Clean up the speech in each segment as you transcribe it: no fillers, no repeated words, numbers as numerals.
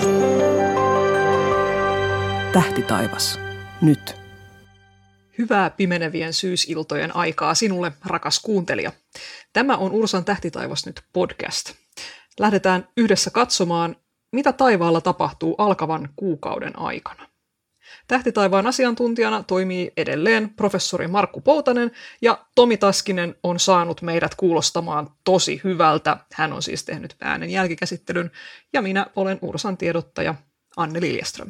Tähtitaivas. Nyt. Hyvää pimenevien syysiltojen aikaa sinulle, rakas kuuntelija. Tämä on Ursan Tähtitaivas nyt podcast. Lähdetään yhdessä katsomaan, mitä taivaalla tapahtuu alkavan kuukauden aikana. Tähtitaivaan asiantuntijana toimii edelleen professori Markku Poutanen, ja Tomi Taskinen on saanut meidät kuulostamaan tosi hyvältä. Hän on siis tehnyt äänen jälkikäsittelyn, ja minä olen Ursan tiedottaja Anne Liljeström.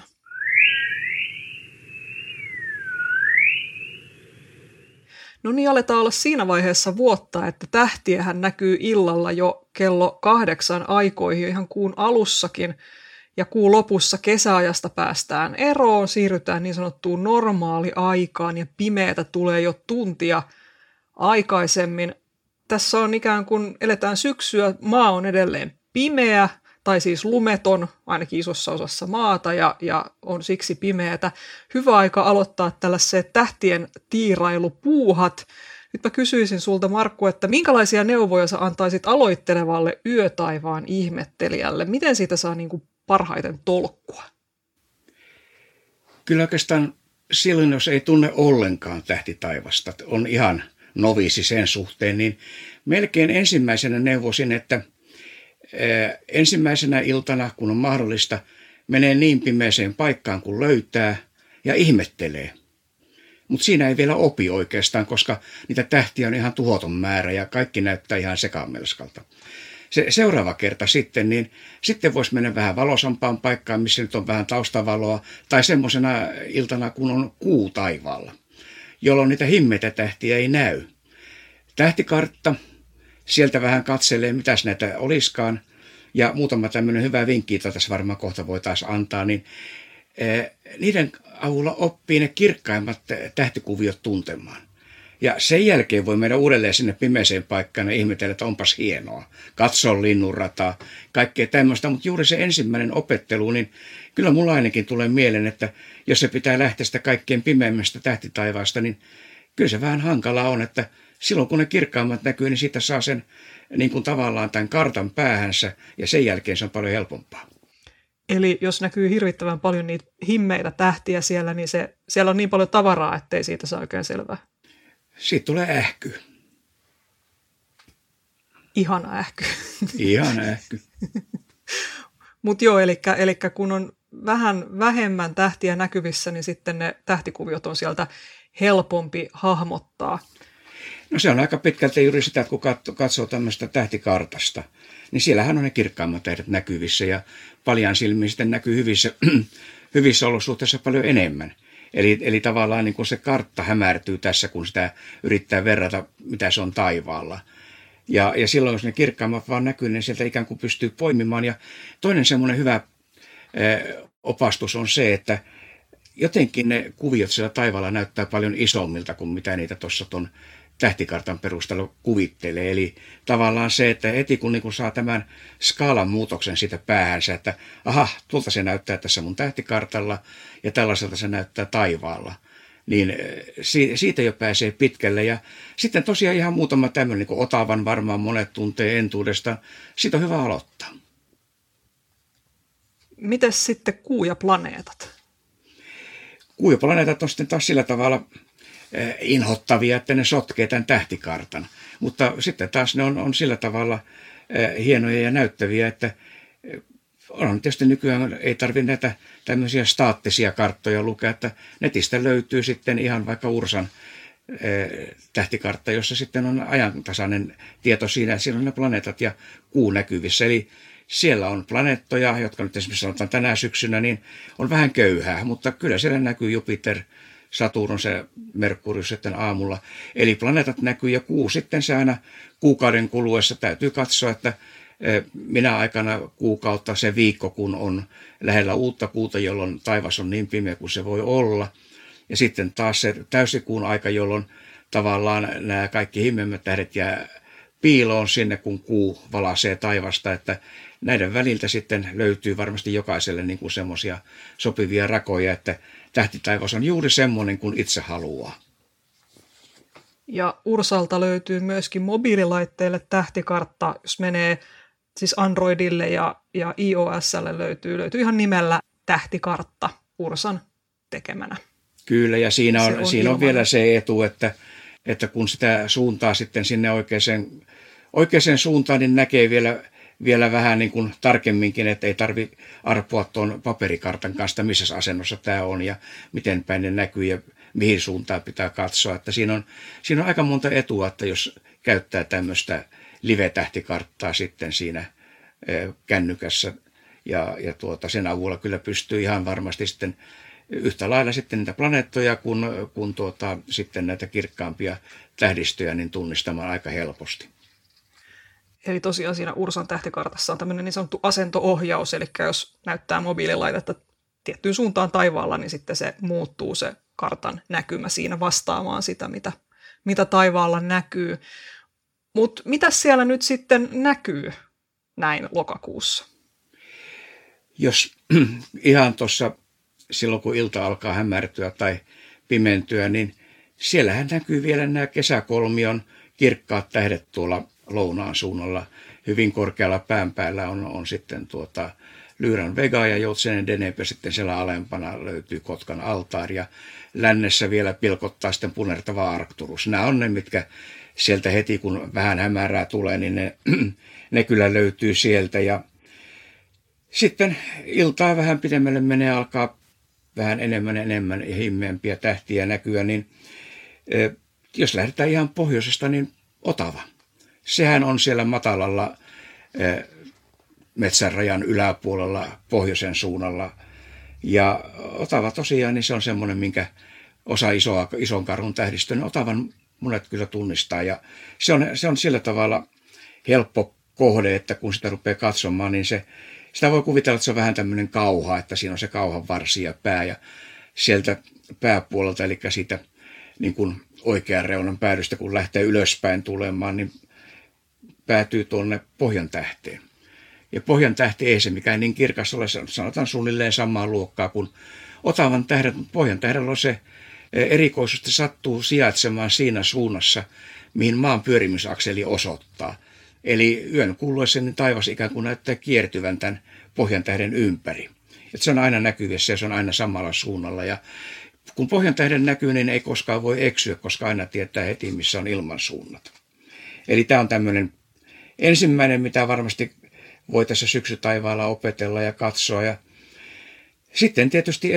No niin, aletaan olla siinä vaiheessa vuotta, että tähtiähän näkyy illalla jo kello 8 aikoihin ihan kuun alussakin. Ja kuun lopussa kesäajasta päästään eroon, siirrytään niin sanottuun normaaliaikaan ja pimeätä tulee jo tuntia aikaisemmin. Tässä on ikään kuin eletään syksyä, maa on edelleen pimeä, tai siis lumeton, ainakin isossa osassa maata, ja on siksi pimeätä. Hyvä aika aloittaa tällaiset tähtien tiirailupuuhat. Nyt mä kysyisin sulta, Markku, että minkälaisia neuvoja sä antaisit aloittelevalle yötaivaan ihmettelijälle? Miten siitä saa niin kuin parhaiten tolkkua? Kyllä oikeastaan silloin, jos ei tunne ollenkaan tähtitaivasta, on ihan noviisi sen suhteen, niin melkein ensimmäisenä neuvosin, että ensimmäisenä iltana, kun on mahdollista, menee niin pimeäseen paikkaan kuin löytää ja ihmettelee. Mutta siinä ei vielä opi oikeastaan, koska niitä tähtiä on ihan tuhoton määrä ja kaikki näyttää ihan sekamelskalta. Se seuraava kerta sitten, niin sitten voisi mennä vähän valosampaan paikkaan, missä nyt on vähän taustavaloa, tai semmoisena iltana, kun on kuu taivaalla, jolloin niitä himmeitä tähtiä ei näy. Tähtikartta, sieltä vähän katselee, mitäs näitä olisikaan, ja muutama tämmöinen hyvä vinkki, jota tässä varmaan kohta voitaisiin antaa, niin niiden avulla oppii ne kirkkaimmat tähtikuviot tuntemaan. Ja sen jälkeen voi mennä uudelleen sinne pimeeseen paikkaan ja ihmetellä, että onpas hienoa. Katso linnunrataa, kaikkea tämmöistä. Mutta juuri se ensimmäinen opettelu, niin kyllä mulla ainakin tulee mieleen, että jos se pitää lähteä sitä kaikkein pimeimmästä tähtitaivaasta, niin kyllä se vähän hankalaa on, että silloin kun ne kirkkaimmat näkyy, niin siitä saa sen niin kuin tavallaan tämän kartan päähänsä ja sen jälkeen se on paljon helpompaa. Eli jos näkyy hirvittävän paljon niitä himmeitä tähtiä siellä, niin siellä on niin paljon tavaraa, ettei siitä saa oikein selvää. Siitä tulee ähky. Ihana ähky. Ihana ähky. Mutta joo, eli kun on vähän vähemmän tähtiä näkyvissä, niin sitten ne tähtikuviot on sieltä helpompi hahmottaa. No se on aika pitkälti juuri sitä, että kun katsoo tämmöistä tähtikartasta, niin siellähän on ne kirkkaimmat tähdet näkyvissä ja paljan silmiin sitten näkyy hyvissä olosuhteissa paljon enemmän. Eli tavallaan niin kun se kartta hämärtyy tässä, kun sitä yrittää verrata, mitä se on taivaalla. Ja silloin, jos ne kirkkaimmat vaan näkyy, niin sieltä ikään kuin pystyy poimimaan. Ja toinen semmoinen hyvä opastus on se, että jotenkin ne kuviot siellä taivaalla näyttää paljon isommilta kuin mitä niitä tuossa tuon tähtikartan perusteella kuvittelee. Eli tavallaan se, että heti kun niin saa tämän skaalan muutoksen siitä päähänsä, että aha, tuolta se näyttää tässä mun tähtikartalla ja tällaiselta se näyttää taivaalla, niin siitä jo pääsee pitkälle. Ja sitten tosiaan ihan muutama tämmöinen, niin kuin Otavan varmaan monet tuntee entuudestaan, siitä on hyvä aloittaa. Mites sitten kuu ja planeetat? Kuu ja planeetat on sitten taas sillä tavalla inhottavia, että ne sotkee tämän tähtikartan. Mutta sitten taas ne on sillä tavalla hienoja ja näyttäviä, että on tietysti nykyään ei tarvitse näitä tämmöisiä staattisia karttoja lukea, että netistä löytyy sitten ihan vaikka Ursan tähtikartta, jossa sitten on ajantasainen tieto siinä, että siinä on ne planeetat ja kuu näkyvissä. Eli siellä on planeettoja, jotka nyt esimerkiksi sanotaan tänä syksynä, niin on vähän köyhää, mutta kyllä siellä näkyy Jupiter, Saturnus ja Merkurius sitten aamulla. Eli planeetat näkyy ja kuu sitten se aina kuukauden kuluessa täytyy katsoa, että minä aikana kuukautta se viikko, kun on lähellä uutta kuuta, jolloin taivas on niin pimeä kuin se voi olla. Ja sitten taas se täysikuun aika, jolloin tavallaan nämä kaikki himmemmät tähdet jää piiloon sinne, kun kuu valaisee taivasta, että näiden väliltä sitten löytyy varmasti jokaiselle niin kuin semmoisia sopivia rakoja, että tähtitaivas on juuri semmoinen kuin itse haluaa. Ja Ursalta löytyy myöskin mobiililaitteille tähtikartta, jos menee siis Androidille ja iOSlle löytyy ihan nimellä tähtikartta Ursan tekemänä. Kyllä, ja siinä on vielä se etu, että kun sitä suuntaa sitten sinne oikeaan suuntaan, niin näkee vielä vähän niin kuin tarkemminkin, että ei tarvitse arpoa tuon paperikartan kanssa, missä asennossa tämä on ja miten päin ne näkyy ja mihin suuntaan pitää katsoa. Että siinä on aika monta etua, että jos käyttää tämmöistä live-tähtikarttaa sitten siinä kännykässä ja sen avulla kyllä pystyy ihan varmasti sitten yhtä lailla sitten niitä planeettoja kuin sitten näitä kirkkaampia tähdistöjä niin tunnistamaan aika helposti. Eli tosiaan siinä Ursan tähtikartassa on tämmöinen niin sanottu asento-ohjaus, eli jos näyttää mobiililaitetta tiettyyn suuntaan taivaalla, niin sitten se muuttuu se kartan näkymä siinä vastaamaan sitä, mitä taivaalla näkyy. Mutta mitä siellä nyt sitten näkyy näin lokakuussa? Jos ihan tuossa silloin, kun ilta alkaa hämärtyä tai pimentyä, niin siellähän näkyy vielä nämä kesäkolmion kirkkaat tähdet tuolla lounaan suunnalla. Hyvin korkealla pään päällä on sitten Lyran Vega ja Joutsenen Deneb, sitten siellä alempana löytyy Kotkan altaari ja lännessä vielä pilkottaa sitten punertava Arcturus. Nämä on ne, mitkä sieltä heti kun vähän hämärää tulee, niin ne kyllä löytyy sieltä. Ja sitten iltaa vähän pidemmälle menee, alkaa vähän enemmän ja himmeämpiä tähtiä näkyä, niin jos lähdetään ihan pohjoisesta, niin Otava. Sehän on siellä matalalla metsänrajan yläpuolella pohjoisen suunnalla. Ja Otava tosiaan, niin se on semmoinen, minkä osa ison karhun tähdistön Otavan monet kyllä tunnistaa. Ja se on sillä tavalla helppo kohde, että kun sitä rupeaa katsomaan, niin sitä voi kuvitella, että se on vähän tämmöinen kauha, että siinä on se kauhan varsi ja pää. Ja sieltä pääpuolelta, eli siitä niin kuin oikean reunan päädystä, kun lähtee ylöspäin tulemaan, niin päätyy tuonne Pohjan tähteen. Ja Pohjan tähti ei se mikään niin kirkas ole, sanotaan suunnilleen samaa luokkaa kuin Otavan tähdet, mutta Pohjan tähdellä on se erikoisesti sattuu sijaitsemaan siinä suunnassa, mihin maan pyörimisakseli osoittaa. Eli yön kuluessa niin taivas ikään kuin näyttää kiertyvän tämän Pohjan tähden ympäri. Et se on aina näkyvissä ja se on aina samalla suunnalla. Ja kun Pohjan tähden näkyy, niin ei koskaan voi eksyä, koska aina tietää heti, missä on ilmansuunnat. Eli tämä on tämmöinen ensimmäinen, mitä varmasti voi tässä syksytaivaalla opetella ja katsoa. Ja sitten tietysti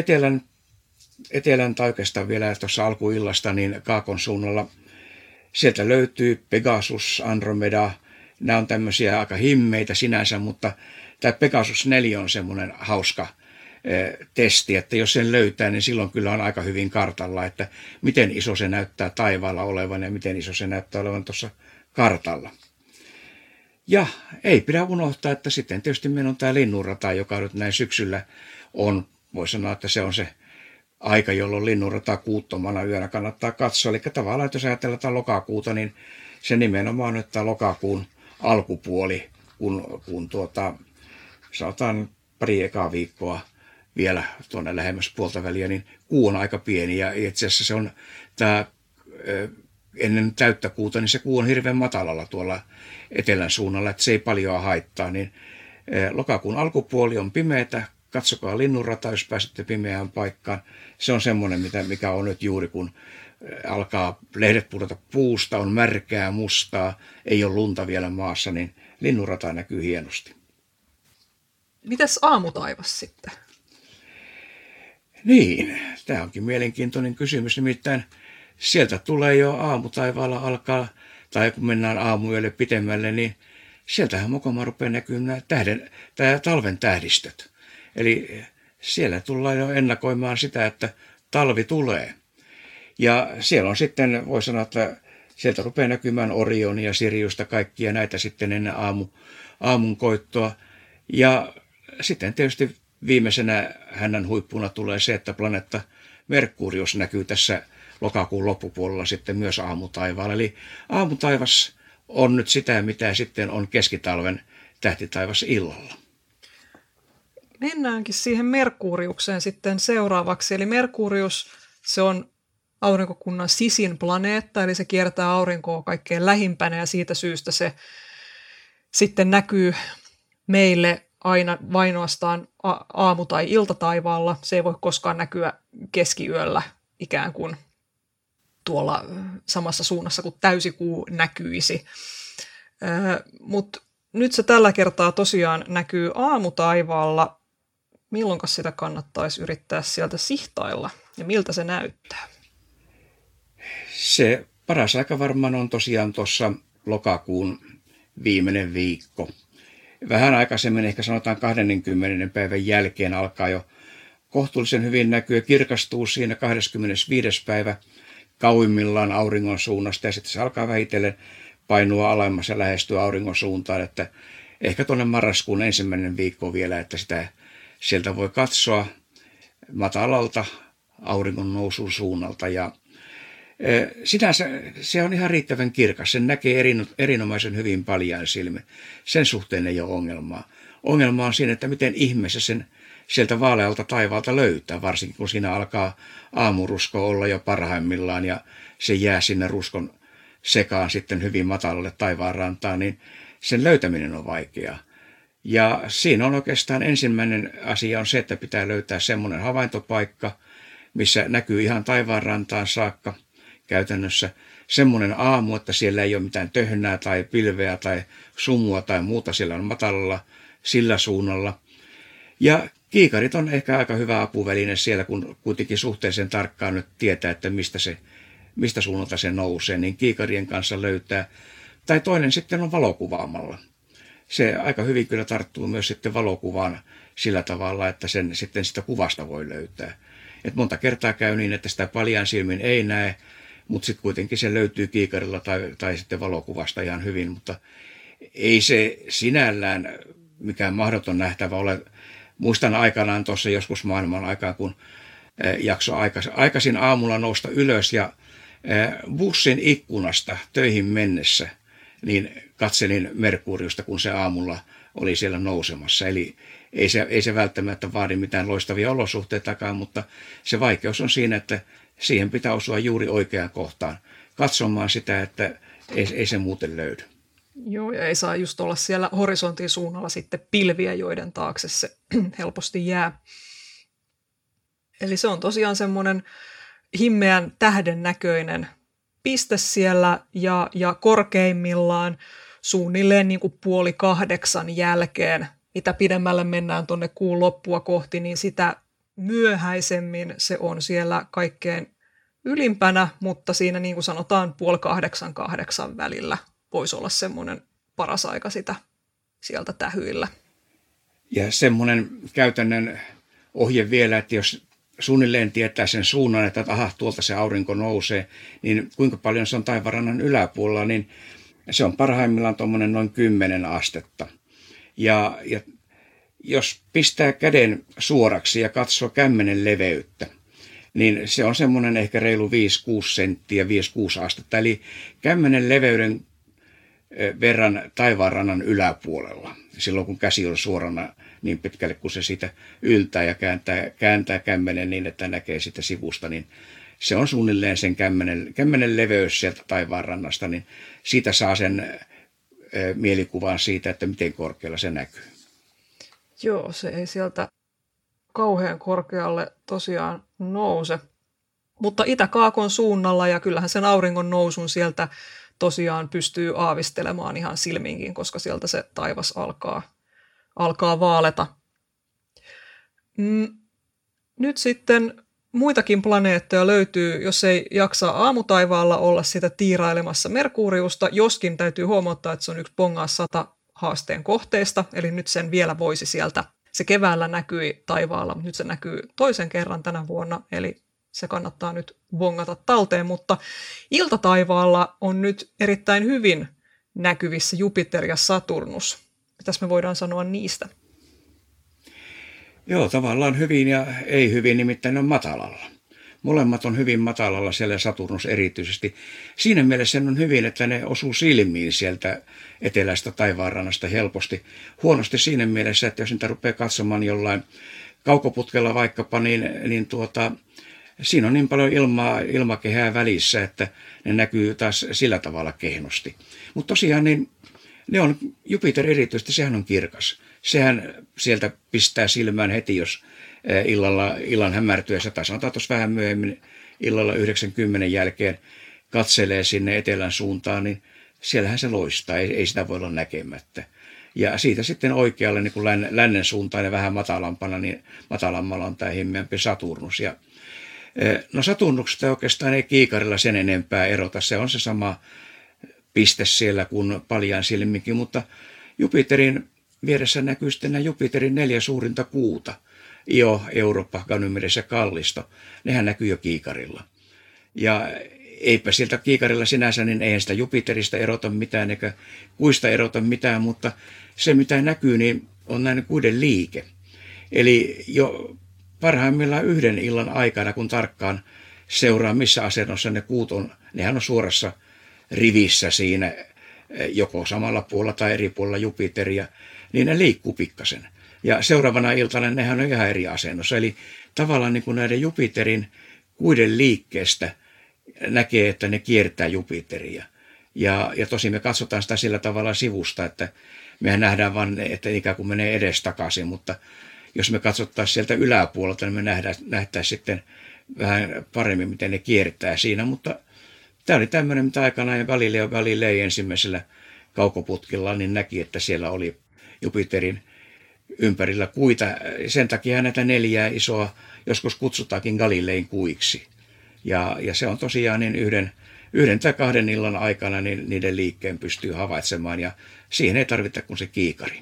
etelän tai oikeastaan vielä tuossa alkuillasta, niin Kaakon suunnalla sieltä löytyy Pegasus, Andromeda. Nämä on tämmöisiä aika himmeitä sinänsä, mutta tämä Pegasus 4 on semmoinen hauska testi, että jos sen löytää, niin silloin kyllä on aika hyvin kartalla, että miten iso se näyttää taivaalla olevan ja miten iso se näyttää olevan tuossa kartalla. Ja ei pidä unohtaa, että sitten tietysti meillä on tämä linnunrata, joka nyt näin syksyllä on, voi sanoa, että se on se aika, jolloin linnunrata kuuttomana yönä kannattaa katsoa. Eli tavallaan, että jos ajatellaan lokakuuta, niin se nimenomaan on nyt tämä lokakuun alkupuoli, kun sanotaan pari ekaa viikkoa vielä tuonne lähemmäs puolta väliä, niin kuu on aika pieni ja itse asiassa se on tämä ennen täyttä kuuta, niin se kuu on hirveän matalalla tuolla etelän suunnalla, että se ei paljon haittaa, niin lokakuun alkupuoli on pimeätä, katsokaa linnunrata, jos pääsette pimeään paikkaan. Se on semmoinen, mikä on nyt juuri kun alkaa lehdet pudota puusta, on märkää, mustaa, ei ole lunta vielä maassa, niin linnunrata näkyy hienosti. Mitäs aamutaivas sitten? Niin, tämä onkin mielenkiintoinen kysymys, nimittäin sieltä tulee jo aamutaivaalla alkaa, tai kun mennään aamuyölle pitemmälle, niin sieltähän mokoma rupeaa näkymään talven tähdistöt. Eli siellä tullaan jo ennakoimaan sitä, että talvi tulee. Ja siellä on sitten, voi sanoa, että sieltä rupeaa näkymään Orionia, Siriusta, kaikkia näitä sitten ennen aamun koittoa. Ja sitten tietysti viimeisenä hännän huippuna tulee se, että planeetta Merkurius näkyy tässä lokakuun loppupuolella sitten myös aamutaivaalla. Eli aamutaivas on nyt sitä, mitä sitten on keskitalven tähtitaivas illalla. Mennäänkin siihen Merkuriukseen sitten seuraavaksi. Eli Merkurius, se on aurinkokunnan sisin planeetta, eli se kiertää aurinkoa kaikkein lähimpänä ja siitä syystä se sitten näkyy meille aina vainoastaan aamu- tai iltataivaalla. Se ei voi koskaan näkyä keskiyöllä ikään kuin tuolla samassa suunnassa kuin täysikuu näkyisi. Mutta nyt se tällä kertaa tosiaan näkyy aamutaivaalla. Milloinkas sitä kannattaisi yrittää sieltä sihtailla ja miltä se näyttää? Se paras aika varmaan on tosiaan tuossa lokakuun viimeinen viikko. Vähän aikaisemmin, ehkä sanotaan 20. päivän jälkeen alkaa jo kohtuullisen hyvin näkyä, kirkastuu siinä 25. päivä kauimmillaan auringon suunnasta ja sitten se alkaa vähitellen painua alemmas ja lähestyä auringon suuntaan, että ehkä tuonne marraskuun 1. viikko vielä, että sitä sieltä voi katsoa matalalta auringon nousun suunnalta ja sinänsä se on ihan riittävän kirkas, sen näkee erinomaisen hyvin paljain silmin. Sen suhteen ei ole ongelmaa. Ongelma on siinä, että miten ihmeessä sen sieltä vaalealta taivaalta löytää, varsinkin kun siinä alkaa aamurusko olla jo parhaimmillaan ja se jää sinne ruskon sekaan sitten hyvin matalalle taivaanrantaan, niin sen löytäminen on vaikeaa. Ja siinä on oikeastaan ensimmäinen asia on se, että pitää löytää semmoinen havaintopaikka, missä näkyy ihan taivaanrantaan saakka käytännössä semmoinen aamu, että siellä ei ole mitään töhnää tai pilveä tai sumua tai muuta, siellä on matalalla sillä suunnalla. Ja kiikarit on ehkä aika hyvä apuväline siellä, kun kuitenkin suhteellisen tarkkaan nyt tietää, että mistä suunnalta se nousee, niin kiikarien kanssa löytää. Tai toinen sitten on valokuvaamalla. Se aika hyvin kyllä tarttuu myös sitten valokuvaan sillä tavalla, että sen sitten sitä kuvasta voi löytää. Et monta kertaa käy niin, että sitä paljain silmin ei näe, mutta sitten kuitenkin se löytyy kiikarilla tai sitten valokuvasta ihan hyvin, mutta ei se sinällään mikään mahdoton nähtävä ole. Muistan aikanaan tuossa joskus maailman aikaan, kun jakso aikaisin aamulla nousta ylös ja bussin ikkunasta töihin mennessä, niin katselin Merkuriusta, kun se aamulla oli siellä nousemassa. Eli ei se välttämättä vaadi mitään loistavia olosuhteitakaan, mutta se vaikeus on siinä, että siihen pitää osua juuri oikeaan kohtaan. Katsomaan sitä, että ei se muuten löydy. Joo, ja ei saa just olla siellä horisontin suunnalla sitten pilviä, joiden taakse se helposti jää. Eli se on tosiaan semmoinen himmeän tähden näköinen piste siellä ja korkeimmillaan suunnilleen niin kuin 7:30 jälkeen, mitä pidemmälle mennään tuonne kuun loppua kohti, niin sitä myöhäisemmin se on siellä kaikkein ylimpänä, mutta siinä niin kuin sanotaan 7:30–8 välillä voisi olla semmoinen paras aika sitä sieltä tähyillä. Ja semmoinen käytännön ohje vielä, että jos suunnilleen tietää sen suunnan, että aha, tuolta se aurinko nousee, niin kuinka paljon se on taivaanrannan yläpuolella, niin se on parhaimmillaan tuommoinen noin 10 astetta. Ja jos pistää käden suoraksi ja katsoo kämmenen leveyttä, niin se on semmoinen ehkä reilu 5-6 senttiä, 5-6 astetta, eli kämmenen leveyden verran taivaanrannan yläpuolella, silloin kun käsi on suorana niin pitkälle, kun se siitä yltää ja kääntää kämmenen niin, että näkee sitä sivusta, niin se on suunnilleen sen kämmenen leveys sieltä taivaanrannasta, niin siitä saa sen mielikuvan siitä, että miten korkealla se näkyy. Joo, se ei sieltä kauhean korkealle tosiaan nouse, mutta itäkaakon suunnalla ja kyllähän sen auringon nousun sieltä tosiaan pystyy aavistelemaan ihan silmiinkin, koska sieltä se taivas alkaa vaaleta. Nyt sitten muitakin planeettoja löytyy, jos ei jaksa aamutaivaalla olla sitä tiirailemassa Merkuriusta, joskin täytyy huomauttaa, että se on yksi bongaa 100 haasteen kohteista, eli nyt sen vielä voisi sieltä, se keväällä näkyi taivaalla, mutta nyt se näkyy toisen kerran tänä vuonna, eli se kannattaa nyt bongata talteen, mutta iltataivaalla on nyt erittäin hyvin näkyvissä Jupiter ja Saturnus. Mitäs me voidaan sanoa niistä? Joo, tavallaan hyvin ja ei hyvin, nimittäin on matalalla. Molemmat on hyvin matalalla, siellä Saturnus erityisesti. Siinä mielessä on hyvin, että ne osuu silmiin sieltä eteläistä taivaanrannasta helposti. Huonosti siinä mielessä, että jos niitä rupeaa katsomaan jollain kaukoputkella vaikkapa, niin siinä on niin paljon ilmakehää välissä, että ne näkyy taas sillä tavalla kehnosti. Mutta tosiaan niin ne on, Jupiter erityisesti, sehän on kirkas. sehän sieltä pistää silmään heti, jos illan hämärtyessä, tai sanotaan tuossa vähän myöhemmin illalla 90 jälkeen katselee sinne etelän suuntaan, niin siellähän se loistaa, ei sitä voi olla näkemättä. Ja siitä sitten oikealle niin kuin lännen suuntaan ja vähän matalampana, niin matalammalla on tämä himmeämpi Saturnus. Ja, no Saturnuksesta oikeastaan ei kiikarilla sen enempää erota, se on se sama piste siellä kuin paljaan silminkin, mutta Jupiterin vieressä näkyy sitten nämä Jupiterin 4 suurinta kuuta, Io, Europa, Ganymedes ja Kallisto. Nehän näkyy jo kiikarilla. Ja eipä sieltä kiikarilla sinänsä, niin eihän sitä Jupiterista erota mitään eikä kuista erota mitään, mutta se mitä näkyy, niin on näin kuiden liike. Eli jo parhaimmillaan yhden illan aikana, kun tarkkaan seuraa, missä asennossa ne kuut on, nehän on suorassa rivissä siinä, joko samalla puolella tai eri puolella Jupiteria, niin ne liikkuu pikkasen. Ja seuraavana iltana nehän on ihan eri asennossa. Eli tavallaan niin kuin näiden Jupiterin kuiden liikkeestä näkee, että ne kiertää Jupiteria. Ja tosin me katsotaan sitä sillä tavalla sivusta, että mehän nähdään vain, että ikään kuin menee edestakaisin, mutta jos me katsottaisiin sieltä yläpuolelta, niin me nähtäisiin sitten vähän paremmin, miten ne kiertää siinä. Mutta tämä oli tämmöinen, mitä aikanaan jo Galileo Galilei ensimmäisellä kaukoputkilla niin näki, että siellä oli Jupiterin ympärillä kuita. Sen takia näitä 4 isoa joskus kutsutaankin Galilein kuiksi. Ja se on tosiaan niin yhden tai 2 illan aikana niin niiden liikkeen pystyy havaitsemaan ja siihen ei tarvita kuin se kiikari.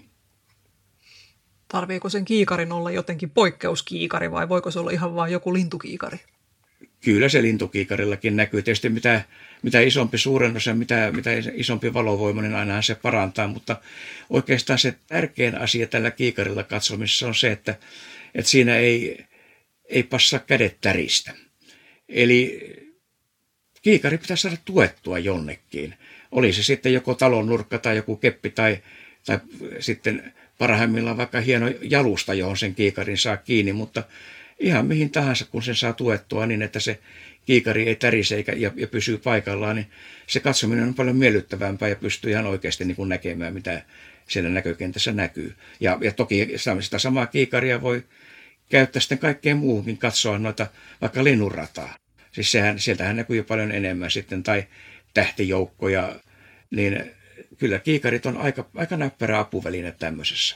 Tarviiko sen kiikarin olla jotenkin poikkeuskiikari vai voiko se olla ihan vain joku lintukiikari? Kyllä se lintukiikarillakin näkyy. Tietysti mitä isompi suurennus ja mitä isompi valovoima, niin ainahan se parantaa, mutta oikeastaan se tärkein asia tällä kiikarilla katsomisessa on se, että siinä ei passaa kädet täristä. Eli kiikari pitää saada tuettua jonnekin. Oli se sitten joko talon nurkka tai joku keppi tai sitten parhaimmillaan vaikka hieno jalusta, johon sen kiikarin saa kiinni, mutta ihan mihin tahansa, kun sen saa tuettua niin, että se kiikari ei tärise ja pysyy paikallaan, niin se katsominen on paljon miellyttävämpää ja pystyy ihan oikeasti niin kuin näkemään, mitä siellä näkökentässä näkyy. Ja toki sitä samaa kiikaria voi käyttää sitten kaikkeen muuhunkin, katsoa noita vaikka linnunrataa. Siis sieltähän näkyy jo paljon enemmän sitten, tai tähtijoukkoja, niin kyllä kiikarit on aika näppärä apuväline tämmöisessä.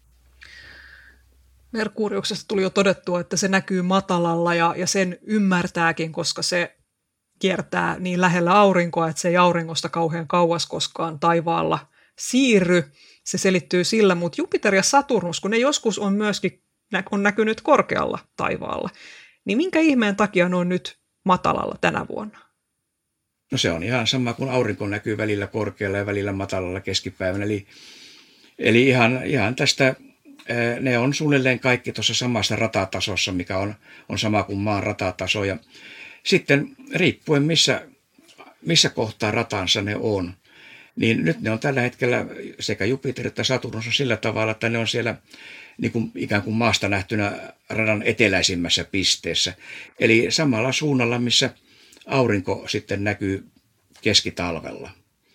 Merkuriuksesta tuli jo todettua, että se näkyy matalalla ja sen ymmärtääkin, koska se kiertää niin lähellä aurinkoa, että se ei auringosta kauhean kauas koskaan taivaalla siirry. Se selittyy sillä, mutta Jupiter ja Saturnus, kun ne joskus on myöskin on näkynyt korkealla taivaalla, niin minkä ihmeen takia ne on nyt matalalla tänä vuonna? No se on ihan sama kuin aurinko näkyy välillä korkealla ja välillä matalalla keskipäivänä. Eli ihan tästä ne on suunnilleen kaikki tuossa samassa ratatasossa, mikä on sama kuin maan ratataso. Ja sitten riippuen missä kohtaa ratansa ne on, niin nyt ne on tällä hetkellä sekä Jupiter että Saturnus on sillä tavalla, että ne on siellä niin kuin ikään kuin maasta nähtynä radan eteläisimmässä pisteessä. Eli samalla suunnalla, missä aurinko sitten näkyy keskitalvella.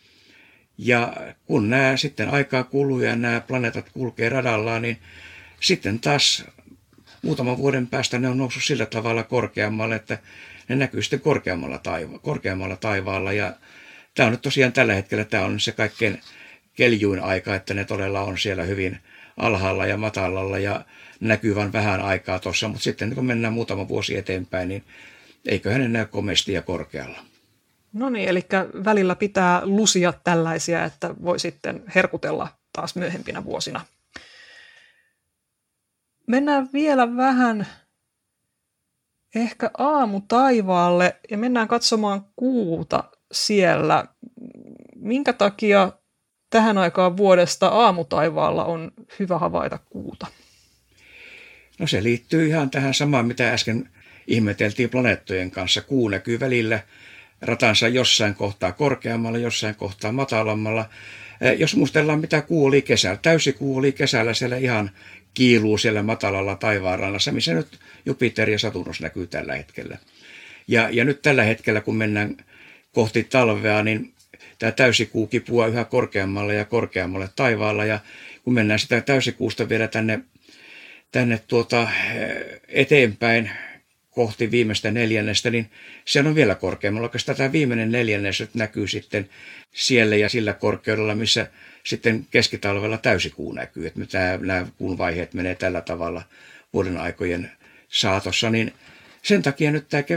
Ja kun nämä sitten aikaa kuluu ja nämä planeetat kulkee radallaan, niin sitten taas muutaman vuoden päästä ne on noussut sillä tavalla korkeammalle, että ne näkyy sitten korkeammalla taivaalla. Ja tämä on nyt tosiaan tällä hetkellä, tämä on se kaikkein keljuin aika, että ne todella on siellä hyvin alhaalla ja matalalla ja näkyy vain vähän aikaa tuossa, mutta sitten kun mennään muutama vuosi eteenpäin, niin eiköhän ne näy komeasti ja korkealla. No niin, eli välillä pitää lusia tällaisia, että voi sitten herkutella taas myöhempinä vuosina. Mennään vielä vähän ehkä aamutaivaalle ja mennään katsomaan kuuta siellä. Minkä takia tähän aikaan vuodesta aamutaivaalla on hyvä havaita kuuta? No se liittyy ihan tähän samaan, mitä äsken ihmeteltiin planeettojen kanssa. Kuu näkyy välillä ratansa jossain kohtaa korkeammalla, jossain kohtaa matalammalla. Jos muistellaan, mitä kuu oli kesällä. Täysikuu oli kesällä siellä ihan kiiluu siellä matalalla taivaanrannassa, missä nyt Jupiter ja Saturnus näkyy tällä hetkellä. Ja nyt tällä hetkellä, kun mennään kohti talvea, niin tämä täysikuu kipuaa yhä korkeammalle ja korkeammalle taivaalla. Ja kun mennään sitä täysikuusta vielä tänne eteenpäin kohti viimeistä neljännestä, niin se on vielä korkeammalla. Oikeastaan tämä viimeinen neljännes nyt näkyy sitten siellä ja sillä korkeudella, missä sitten keskitalvella täysikuu näkyy. Että nämä kuun vaiheet menee tällä tavalla vuoden aikojen saatossa, niin sen takia nyt tämä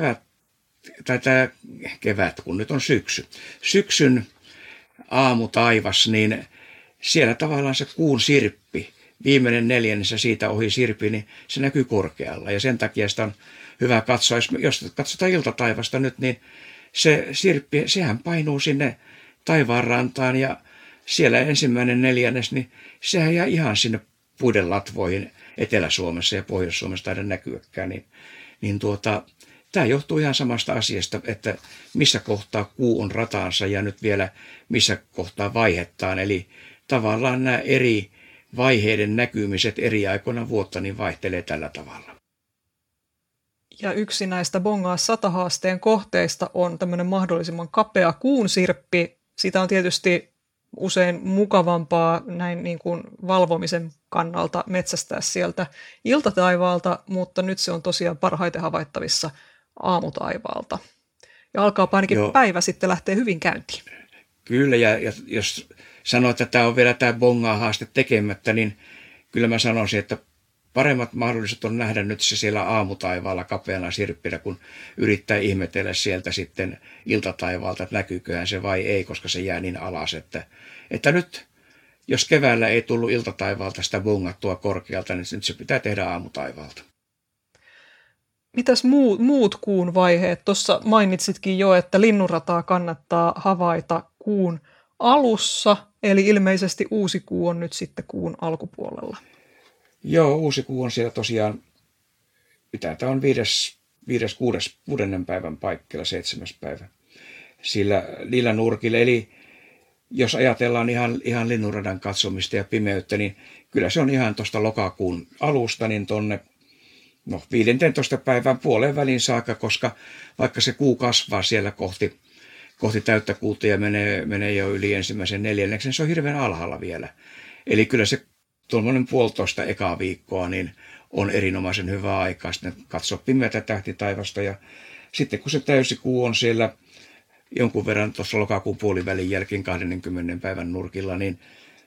kevät, kun nyt on syksyn aamutaivas, niin siellä tavallaan se kuun sirppi, viimeinen neljännes ja siitä ohi sirppi, niin se näkyy korkealla. Ja sen takia sitä on hyvä katsoa. Jos katsotaan iltataivasta nyt, niin se sirppi, sehän painuu sinne taivaanrantaan ja siellä ensimmäinen neljännes, niin sehän jää ihan sinne puiden latvoihin Etelä-Suomessa ja Pohjois-Suomessa taida näkyäkään. Tämä johtuu ihan samasta asiasta, että missä kohtaa kuu on rataansa ja nyt vielä missä kohtaa vaihettaan. Eli tavallaan nämä eri vaiheiden näkymiset eri aikoina vuotta niin vaihtelee tällä tavalla. Ja yksi näistä Bongaa 100-haasteen kohteista on tämmöinen mahdollisimman kapea kuun sirppi. Sitä on tietysti usein mukavampaa näin niin kuin valvomisen kannalta metsästää sieltä iltataivaalta, mutta nyt se on tosiaan parhaiten havaittavissa aamutaivaalta. Ja alkaa ainakin päivä sitten lähtee hyvin käyntiin. Kyllä, ja jos sanoo, että tämä on vielä tämä Bongaa-haaste tekemättä, niin kyllä mä sanoisin, että paremmat mahdollisuudet on nähdä nyt se siellä aamutaivaalla kapeana sirppinä, kun yrittää ihmetellä sieltä sitten iltataivaalta, että näkyyköhän se vai ei, koska se jää niin alas, että nyt jos keväällä ei tullut iltataivaalta sitä bongattua korkealta, niin nyt se pitää tehdä aamutaivaalta. Mitäs muut kuun vaiheet? Tuossa mainitsitkin jo, että linnunrataa kannattaa havaita kuun alussa, eli ilmeisesti uusi kuu on nyt sitten kuun alkupuolella. Joo, uusi kuu on siellä tosiaan, tämä on 6. päivän paikkeilla, 7. päivä, niillä nurkilla. Eli jos ajatellaan ihan linnunradan katsomista ja pimeyttä, niin kyllä se on ihan tuosta lokakuun alusta niin tuonne 15. päivän puoleen välin saakka, koska vaikka se kuu kasvaa siellä kohti täyttä kuuta ja menee jo yli ensimmäisen neljänneksen, se on hirveän alhaalla vielä. Eli kyllä se tuommoinen 1,5 ekaa viikkoa niin on erinomaisen hyvä aikaa sitten katsoa pimeätä tähtitaivasta. Ja sitten kun se täysikuu on siellä jonkun verran tuossa lokakuun puolivälin jälkeen 20. päivän nurkilla, niin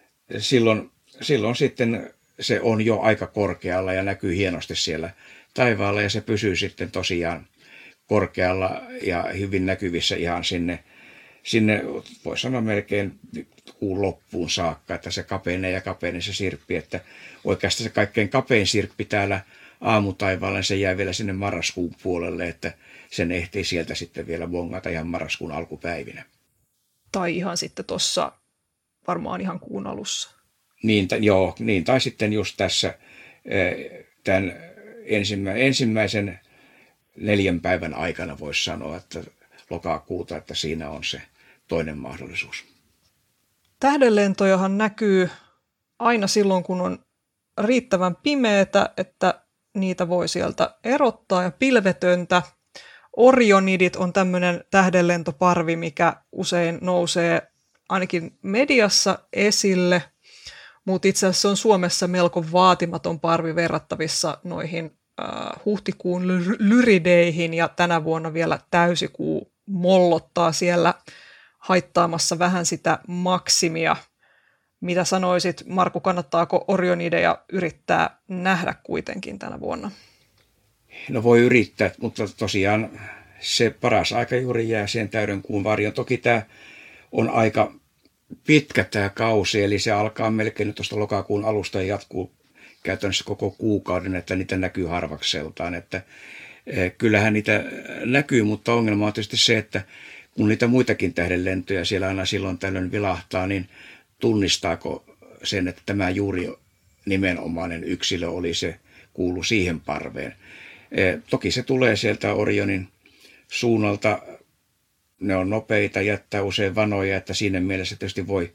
silloin sitten se on jo aika korkealla ja näkyy hienosti siellä taivaalla ja se pysyy sitten tosiaan korkealla ja hyvin näkyvissä ihan sinne voi sanoa melkein kuun loppuun saakka, että se kapenee se sirppi, että oikeastaan se kaikkein kapein sirppi täällä aamutaivaalla, niin se jää vielä sinne marraskuun puolelle, että sen ehtii sieltä sitten vielä bongata ihan marraskuun alkupäivinä. Tai ihan sitten tuossa varmaan ihan kuun alussa. Niin, tai sitten just tässä tämän ensimmäisen 4 päivän aikana voisi sanoa, että lokakuuta, että siinä on se toinen mahdollisuus. Tähdenlentojahan näkyy aina silloin, kun on riittävän pimeätä, että niitä voi sieltä erottaa ja pilvetöntä. Orionidit on tämmöinen tähdenlentoparvi, mikä usein nousee ainakin mediassa esille, mutta itse asiassa se on Suomessa melko vaatimaton parvi verrattavissa noihin huhtikuun lyrideihin ja tänä vuonna vielä täysikuu mollottaa siellä haittaamassa vähän sitä maksimia. Mitä sanoisit, Markku, kannattaako Orionideja yrittää nähdä kuitenkin tänä vuonna? No voi yrittää, mutta tosiaan se paras aika juuri jää siihen täyden kuun varjon. Toki tämä on aika pitkä tämä kausi, eli se alkaa melkein nyt tuosta lokakuun alusta ja jatkuu käytännössä koko kuukauden, että niitä näkyy harvakseltaan. Että kyllähän niitä näkyy, mutta ongelma on tietysti se, että kun niitä muitakin tähdenlentoja siellä aina silloin tällöin vilahtaa, niin tunnistaako sen, että tämä juuri nimenomainen yksilö oli se, kuulu siihen parveen. Toki se tulee sieltä Orionin suunnalta, ne on nopeita, jättää usein vanoja, että siinä mielessä tietysti voi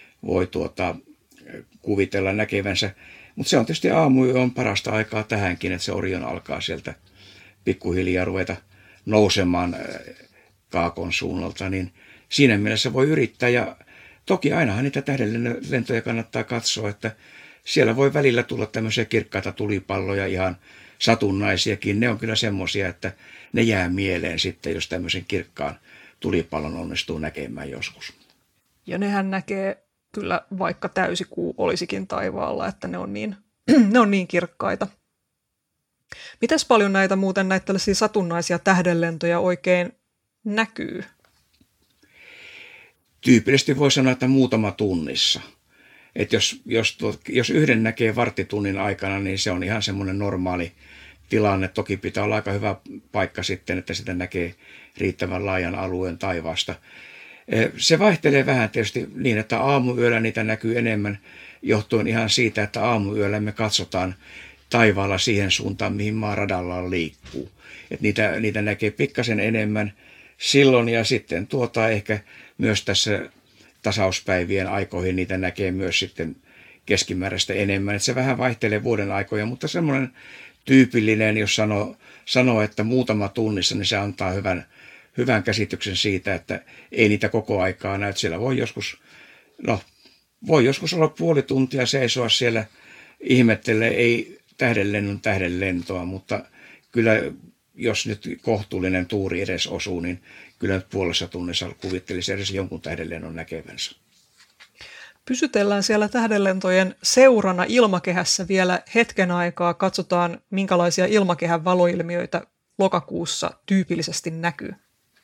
kuvitella näkevänsä. Mutta se on tietysti on parasta aikaa tähänkin, että se Orion alkaa sieltä pikkuhiljaa ruveta nousemaan kaakon suunnalta, niin siinä mielessä voi yrittää ja Toki ainahan niitä tähdenlentoja kannattaa katsoa, että siellä voi välillä tulla tämmöisiä kirkkaita tulipalloja, ihan satunnaisiakin. Ne on kyllä semmoisia, että ne jää mieleen sitten, jos tämmöisen kirkkaan tulipallon onnistuu näkemään joskus. Ja nehän näkee kyllä, vaikka täysikuu olisikin taivaalla, että ne on niin kirkkaita. Mites paljon näitä tällaisia satunnaisia tähdenlentoja oikein näkyy? Tyypillisesti voi sanoa, että muutama tunnissa. Että jos yhden näkee varttitunnin aikana, niin se on ihan semmoinen normaali tilanne. Toki pitää olla aika hyvä paikka sitten, että sitä näkee riittävän laajan alueen taivaasta. Se vaihtelee vähän tietysti niin, että aamuyöllä niitä näkyy enemmän, johtuen ihan siitä, että aamuyöllä me katsotaan taivaalla siihen suuntaan, mihin maa radallaan liikkuu. Että niitä näkee pikkasen enemmän silloin ja sitten ehkä myös tässä tasauspäivien aikoihin niitä näkee myös sitten keskimääräistä enemmän. Että se vähän vaihtelee vuoden aikoja, mutta semmoinen tyypillinen, jos sanoo, että muutama tunnissa, niin se antaa hyvän käsityksen siitä, että ei niitä koko aikaa näy. Siellä voi joskus olla puoli tuntia seisoa siellä ihmettelee, ei tähdenlentoa, mutta kyllä jos nyt kohtuullinen tuuri edes osuu, niin kyllä nyt puolessa tunnissa kuvittelisi edes jonkun tähdenlennon näkevänsä. Pysytellään siellä tähdenlentojen seurana ilmakehässä vielä hetken aikaa. Katsotaan, minkälaisia ilmakehän valoilmiöitä lokakuussa tyypillisesti näkyy.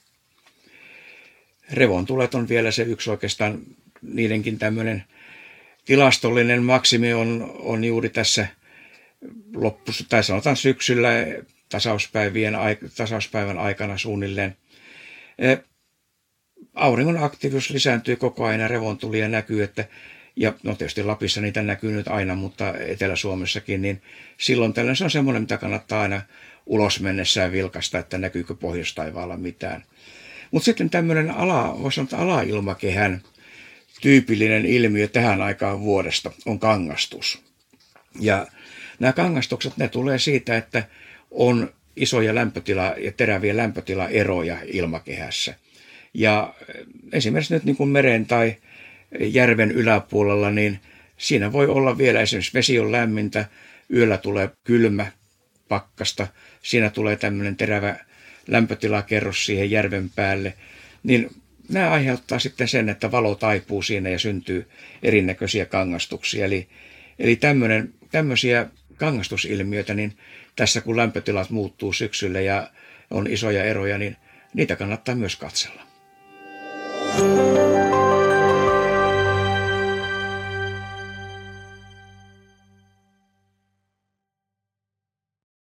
Revontulet on vielä se yksi oikeastaan, niidenkin tämmöinen tilastollinen maksimi on juuri tässä tai sanotaan syksyllä tasauspäivän aikana suunnilleen. Auringon aktiivisuus lisääntyy koko ajan ja revontulia näkyy, ja tietysti Lapissa niitä näkyy nyt aina, mutta Etelä-Suomessakin, niin silloin tällöin se on semmoinen, mitä kannattaa aina ulos mennessään vilkasta, että näkyykö pohjoistaivaalla mitään. Mutta sitten tämmöinen alailmakehän tyypillinen ilmiö tähän aikaan vuodesta on kangastus. Ja nämä kangastukset, ne tulee siitä, että on isoja ja teräviä lämpötilaeroja ilmakehässä. Ja esimerkiksi nyt niin kuin meren tai järven yläpuolella, niin siinä voi olla vielä esimerkiksi vesi on lämmintä, yöllä tulee kylmä pakkasta, siinä tulee tämmöinen terävä lämpötilakerros siihen järven päälle, niin nämä aiheuttaa sitten sen, että valo taipuu siinä ja syntyy erinäköisiä kangastuksia. Eli tämmöisiä kangastusilmiöitä, niin tässä kun lämpötilat muuttuu syksyllä ja on isoja eroja, niin niitä kannattaa myös katsella.